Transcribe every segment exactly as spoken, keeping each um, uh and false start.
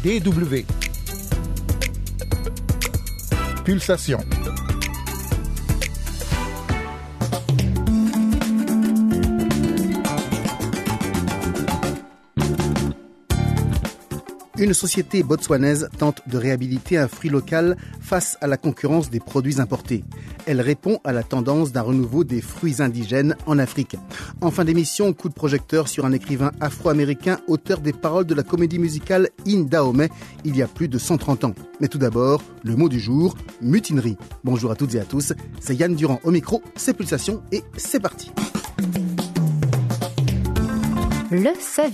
D W. Pulsation. Une société botswanaise tente de réhabiliter un fruit local face à la concurrence des produits importés. Elle répond à la tendance d'un renouveau des fruits indigènes en Afrique. En fin d'émission, coup de projecteur sur un écrivain afro-américain, auteur des paroles de la comédie musicale In Dahomey, il y a plus de cent trente ans. Mais tout d'abord, le mot du jour, mutinerie. Bonjour à toutes et à tous, c'est Yann Durand au micro, c'est Pulsation et c'est parti. Le saviez-vous ?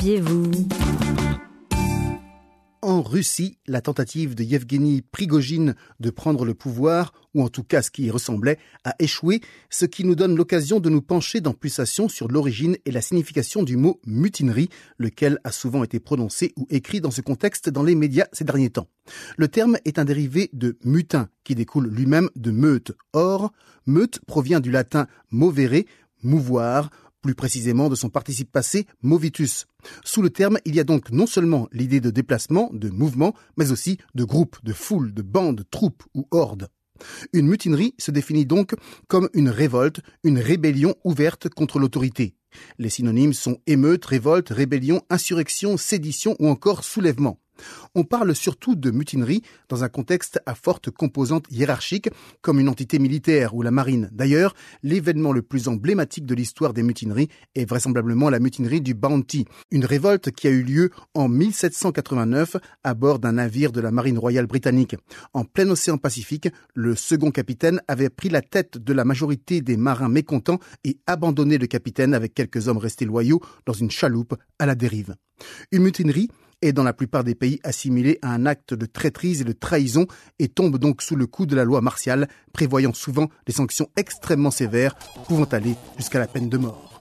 En Russie, la tentative de Yevgeny Prigojine de prendre le pouvoir, ou en tout cas ce qui y ressemblait, a échoué, ce qui nous donne l'occasion de nous pencher dans Pulsation sur l'origine et la signification du mot mutinerie, lequel a souvent été prononcé ou écrit dans ce contexte dans les médias ces derniers temps. Le terme est un dérivé de mutin, qui découle lui-même de meute. Or, meute provient du latin movere, mouvoir, plus précisément de son participe passé, movitus. Sous le terme, il y a donc non seulement l'idée de déplacement, de mouvement, mais aussi de groupe, de foule, de bande, troupe ou horde. Une mutinerie se définit donc comme une révolte, une rébellion ouverte contre l'autorité. Les synonymes sont émeute, révolte, rébellion, insurrection, sédition ou encore soulèvement. On parle surtout de mutinerie dans un contexte à forte composante hiérarchique, comme une entité militaire ou la marine. D'ailleurs, l'événement le plus emblématique de l'histoire des mutineries est vraisemblablement la mutinerie du Bounty, une révolte qui a eu lieu en mille sept cent quatre-vingt-neuf à bord d'un navire de la marine royale britannique. En plein océan Pacifique, le second capitaine avait pris la tête de la majorité des marins mécontents et abandonné le capitaine avec quelques hommes restés loyaux dans une chaloupe à la dérive. Une mutinerie est dans la plupart des pays assimilé à un acte de traîtrise et de trahison et tombe donc sous le coup de la loi martiale, prévoyant souvent des sanctions extrêmement sévères, pouvant aller jusqu'à la peine de mort.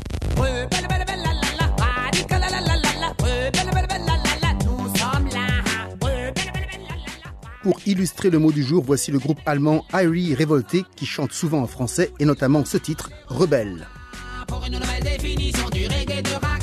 Pour illustrer le mot du jour, voici le groupe allemand Irie Révolté qui chante souvent en français et notamment ce titre, Rebelle. Pour une nouvelle définition du reggae de raga.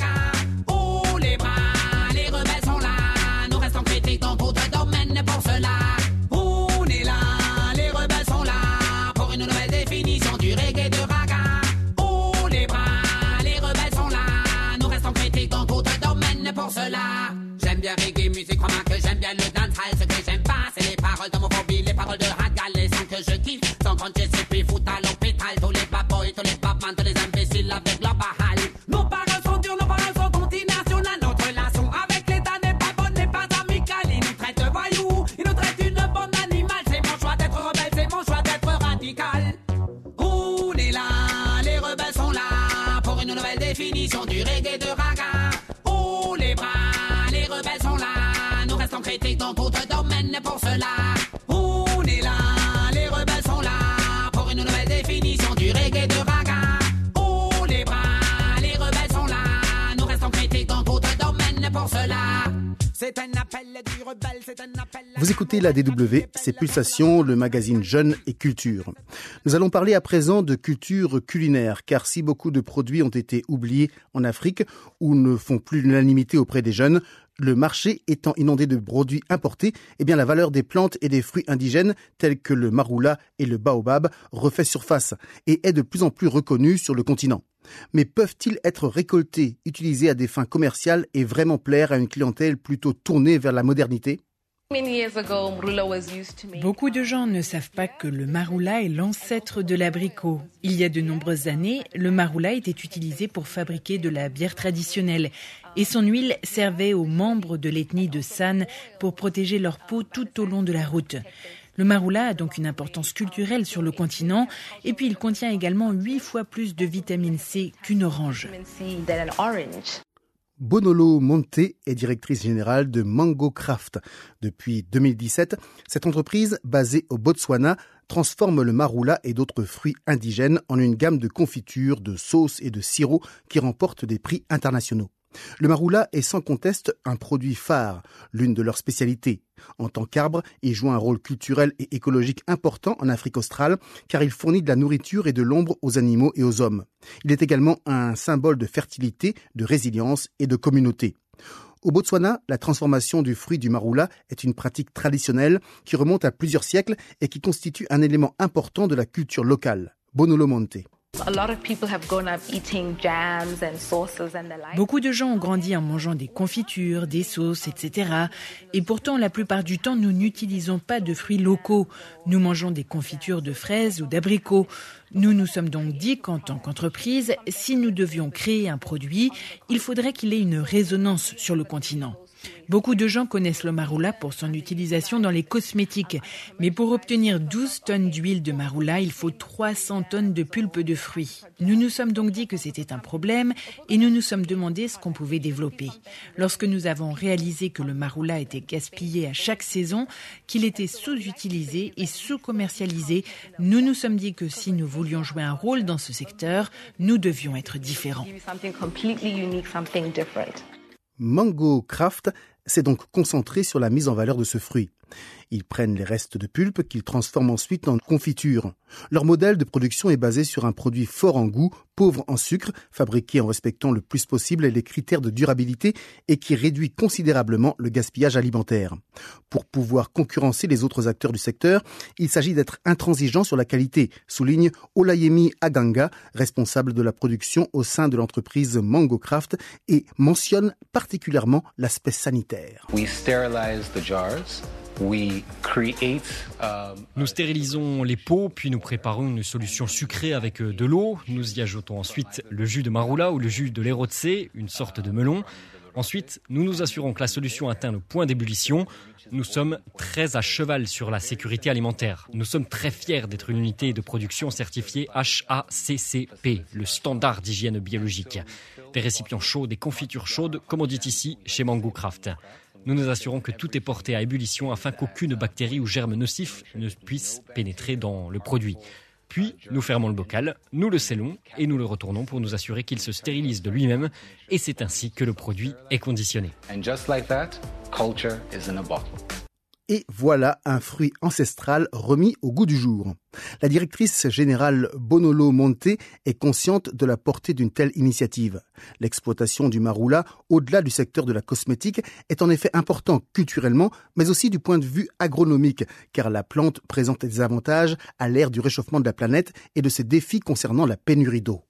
Dans d'autres domaines pour cela, on est là, les rebelles sont là, pour une nouvelle définition du reggae de raga. Oh les bras, les rebelles sont là, nous restons critiques dans d'autres domaines pour cela. J'aime bien reggae musique, crois-moi que j'aime bien le dancehall, ce que j'aime pas, c'est les paroles d'homophobie, les paroles de radical, les sons que je kiffe, sans quand je sais puis fout à l'hôpital, tous les baboys, tous les babans, tous les imbéciles avec leur bahal. Nos paroles sont dures, nos paroles sont antinationales, notre relation avec l'État n'est pas bonne, n'est pas amicale, il nous traite de voyous, il nous traite d'une bande animale, c'est mon choix d'être rebelle, c'est mon choix d'être radical. On est là, les rebelles sont là, pour une nouvelle définition du reggae de raga. Oh les bras, les rebelles sont là, nous restons critiques dans d'autres domaines pour cela. On est là, les rebelles sont là, pour une nouvelle définition du reggae de raga. Oh les bras, les rebelles sont là, nous restons critiques dans d'autres domaines pour cela. C'est un appel du rebelle, c'est un appel... Vous écoutez la D W, c'est Pulsation, le magazine Jeunes et Culture. Nous allons parler à présent de culture culinaire, car si beaucoup de produits ont été oubliés en Afrique ou ne font plus l'unanimité auprès des jeunes, le marché étant inondé de produits importés, eh bien la valeur des plantes et des fruits indigènes, tels que le maroula et le baobab, refait surface et est de plus en plus reconnue sur le continent. Mais peuvent-ils être récoltés, utilisés à des fins commerciales et vraiment plaire à une clientèle plutôt tournée vers la modernité ? Beaucoup de gens ne savent pas que le maroula est l'ancêtre de l'abricot. Il y a de nombreuses années, le maroula était utilisé pour fabriquer de la bière traditionnelle et son huile servait aux membres de l'ethnie de San pour protéger leur peau tout au long de la route. Le maroula a donc une importance culturelle sur le continent et puis il contient également huit fois plus de vitamine C qu'une orange. Bonolo Monte est directrice générale de Mango Craft. Depuis deux mille dix-sept, cette entreprise, basée au Botswana, transforme le maroula et d'autres fruits indigènes en une gamme de confitures, de sauces et de sirops qui remportent des prix internationaux. Le maroula est sans conteste un produit phare, l'une de leurs spécialités. En tant qu'arbre, il joue un rôle culturel et écologique important en Afrique australe car il fournit de la nourriture et de l'ombre aux animaux et aux hommes. Il est également un symbole de fertilité, de résilience et de communauté. Au Botswana, la transformation du fruit du marula est une pratique traditionnelle qui remonte à plusieurs siècles et qui constitue un élément important de la culture locale. Bonolo Monte. Beaucoup de gens ont grandi en mangeant des confitures, des sauces, et cetera. Et pourtant, la plupart du temps, nous n'utilisons pas de fruits locaux. Nous mangeons des confitures de fraises ou d'abricots. Nous nous sommes donc dit qu'en tant qu'entreprise, si nous devions créer un produit, il faudrait qu'il ait une résonance sur le continent. Beaucoup de gens connaissent le marula pour son utilisation dans les cosmétiques. Mais pour obtenir douze tonnes d'huile de marula, il faut trois cents tonnes de pulpe de fruits. Nous nous sommes donc dit que c'était un problème et nous nous sommes demandé ce qu'on pouvait développer. Lorsque nous avons réalisé que le marula était gaspillé à chaque saison, qu'il était sous-utilisé et sous-commercialisé, nous nous sommes dit que si nous voulions jouer un rôle dans ce secteur, nous devions être différents. Mango Craft s'est donc concentré sur la mise en valeur de ce fruit. Ils prennent les restes de pulpe qu'ils transforment ensuite en confiture. Leur modèle de production est basé sur un produit fort en goût, pauvre en sucre, fabriqué en respectant le plus possible les critères de durabilité et qui réduit considérablement le gaspillage alimentaire. Pour pouvoir concurrencer les autres acteurs du secteur, il s'agit d'être intransigeant sur la qualité, souligne Olayemi Aganga, responsable de la production au sein de l'entreprise Mango Craft, et mentionne particulièrement l'aspect sanitaire. We sterilize the jars. We create, um, nous stérilisons les pots, puis nous préparons une solution sucrée avec de l'eau. Nous y ajoutons ensuite le jus de marula ou le jus de l'érotse, une sorte de melon. Ensuite, nous nous assurons que la solution atteint le point d'ébullition. Nous sommes très à cheval sur la sécurité alimentaire. Nous sommes très fiers d'être une unité de production certifiée H A C C P, le standard d'hygiène biologique. Des récipients chauds, des confitures chaudes, comme on dit ici chez Mango Craft. Nous nous assurons que tout est porté à ébullition afin qu'aucune bactérie ou germe nocif ne puisse pénétrer dans le produit. Puis, nous fermons le bocal, nous le scellons et nous le retournons pour nous assurer qu'il se stérilise de lui-même. Et c'est ainsi que le produit est conditionné. And just like that, culture is in a bottle. Et voilà un fruit ancestral remis au goût du jour. La directrice générale Bonolo Monte est consciente de la portée d'une telle initiative. L'exploitation du marula, au-delà du secteur de la cosmétique, est en effet important culturellement, mais aussi du point de vue agronomique, car la plante présente des avantages à l'ère du réchauffement de la planète et de ses défis concernant la pénurie d'eau.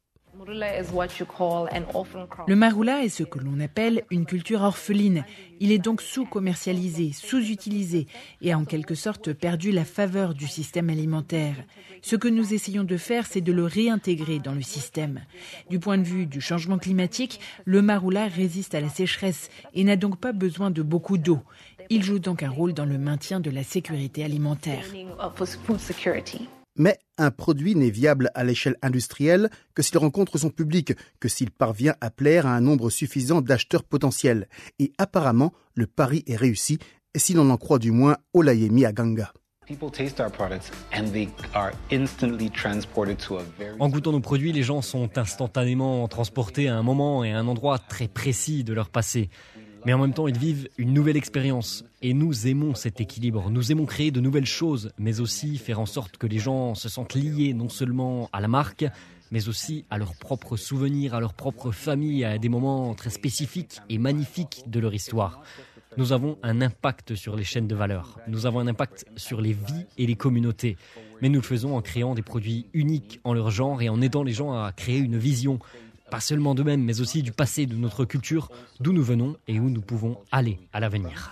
Le marula est ce que l'on appelle une culture orpheline. Il est donc sous-commercialisé, sous-utilisé et a en quelque sorte perdu la faveur du système alimentaire. Ce que nous essayons de faire, c'est de le réintégrer dans le système. Du point de vue du changement climatique, le marula résiste à la sécheresse et n'a donc pas besoin de beaucoup d'eau. Il joue donc un rôle dans le maintien de la sécurité alimentaire. Mais un produit n'est viable à l'échelle industrielle que s'il rencontre son public, que s'il parvient à plaire à un nombre suffisant d'acheteurs potentiels. Et apparemment, le pari est réussi, si l'on en croit du moins Olayemi Aganga. En goûtant nos produits, les gens sont instantanément transportés à un moment et à un endroit très précis de leur passé. Mais en même temps, ils vivent une nouvelle expérience. Et nous aimons cet équilibre. Nous aimons créer de nouvelles choses, mais aussi faire en sorte que les gens se sentent liés non seulement à la marque, mais aussi à leurs propres souvenirs, à leur propre famille, à des moments très spécifiques et magnifiques de leur histoire. Nous avons un impact sur les chaînes de valeur. Nous avons un impact sur les vies et les communautés. Mais nous le faisons en créant des produits uniques en leur genre et en aidant les gens à créer une vision. Pas seulement d'eux-mêmes, mais aussi du passé, de notre culture, d'où nous venons et où nous pouvons aller à l'avenir.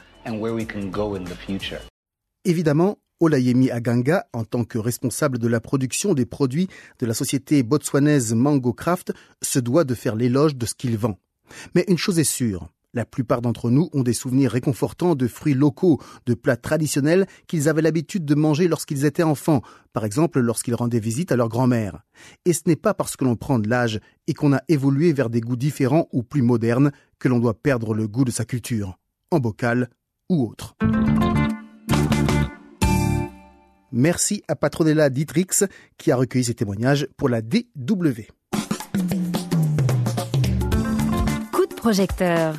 Évidemment, Olayemi Aganga, en tant que responsable de la production des produits de la société botswanaise Mango Craft, se doit de faire l'éloge de ce qu'il vend. Mais une chose est sûre, la plupart d'entre nous ont des souvenirs réconfortants de fruits locaux, de plats traditionnels qu'ils avaient l'habitude de manger lorsqu'ils étaient enfants, par exemple lorsqu'ils rendaient visite à leur grand-mère. Et ce n'est pas parce que l'on prend de l'âge et qu'on a évolué vers des goûts différents ou plus modernes que l'on doit perdre le goût de sa culture, en bocal ou autre. Merci à Patronella Dietrix qui a recueilli ces témoignages pour la D W. Coup de projecteur.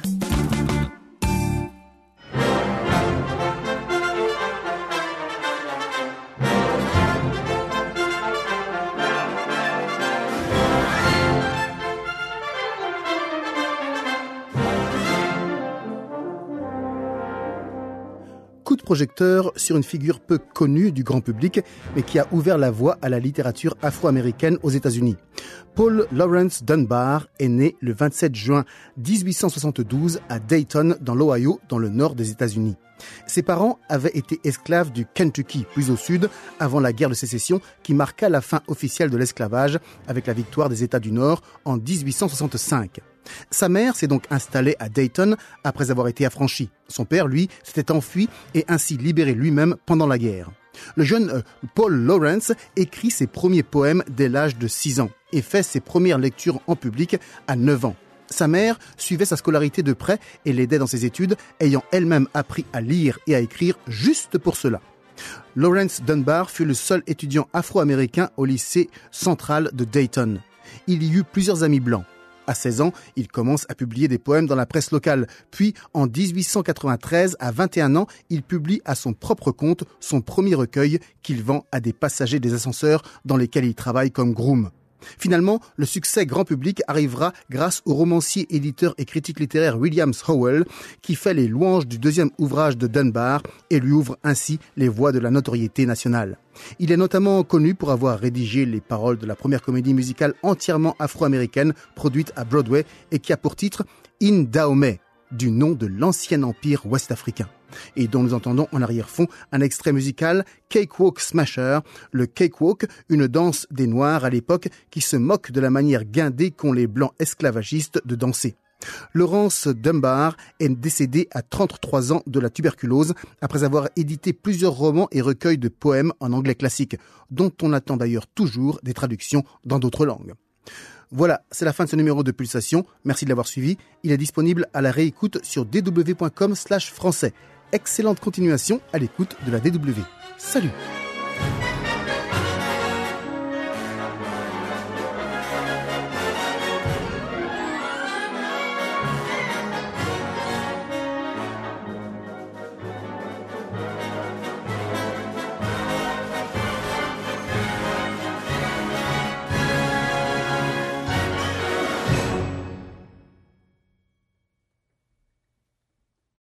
coup de projecteur sur une figure peu connue du grand public, mais qui a ouvert la voie à la littérature afro-américaine aux États-Unis. Paul Laurence Dunbar est né le vingt-sept juin dix-huit cent soixante-douze à Dayton, dans l'Ohio, dans le nord des États-Unis. Ses parents avaient été esclaves du Kentucky, plus au sud, avant la guerre de sécession qui marqua la fin officielle de l'esclavage avec la victoire des États du Nord en dix-huit cent soixante-cinq. Sa mère s'est donc installée à Dayton après avoir été affranchie. Son père, lui, s'était enfui et ainsi libéré lui-même pendant la guerre. Le jeune euh, Paul Laurence écrit ses premiers poèmes dès l'âge de six ans et fait ses premières lectures en public à neuf ans. Sa mère suivait sa scolarité de près et l'aidait dans ses études, ayant elle-même appris à lire et à écrire juste pour cela. Laurence Dunbar fut le seul étudiant afro-américain au lycée central de Dayton. Il y eut plusieurs amis blancs. À seize ans, il commence à publier des poèmes dans la presse locale. Puis, en dix-huit cent quatre-vingt-treize, à vingt et un ans, il publie à son propre compte son premier recueil qu'il vend à des passagers des ascenseurs dans lesquels il travaille comme groom. Finalement, le succès grand public arrivera grâce au romancier, éditeur et critique littéraire William Howell, qui fait les louanges du deuxième ouvrage de Dunbar et lui ouvre ainsi les voies de la notoriété nationale. Il est notamment connu pour avoir rédigé les paroles de la première comédie musicale entièrement afro-américaine produite à Broadway et qui a pour titre « In Dahomey », du nom de l'ancien empire ouest-africain, et dont nous entendons en arrière-fond un extrait musical Cakewalk Smasher, le cakewalk, une danse des Noirs à l'époque qui se moque de la manière guindée qu'ont les Blancs esclavagistes de danser. Laurence Dunbar est décédée à trente-trois ans de la tuberculose après avoir édité plusieurs romans et recueils de poèmes en anglais classique, dont on attend d'ailleurs toujours des traductions dans d'autres langues. Voilà, c'est la fin de ce numéro de Pulsation. Merci de l'avoir suivi. Il est disponible à la réécoute sur d w point com slash français. Excellente continuation à l'écoute de la D W. Salut!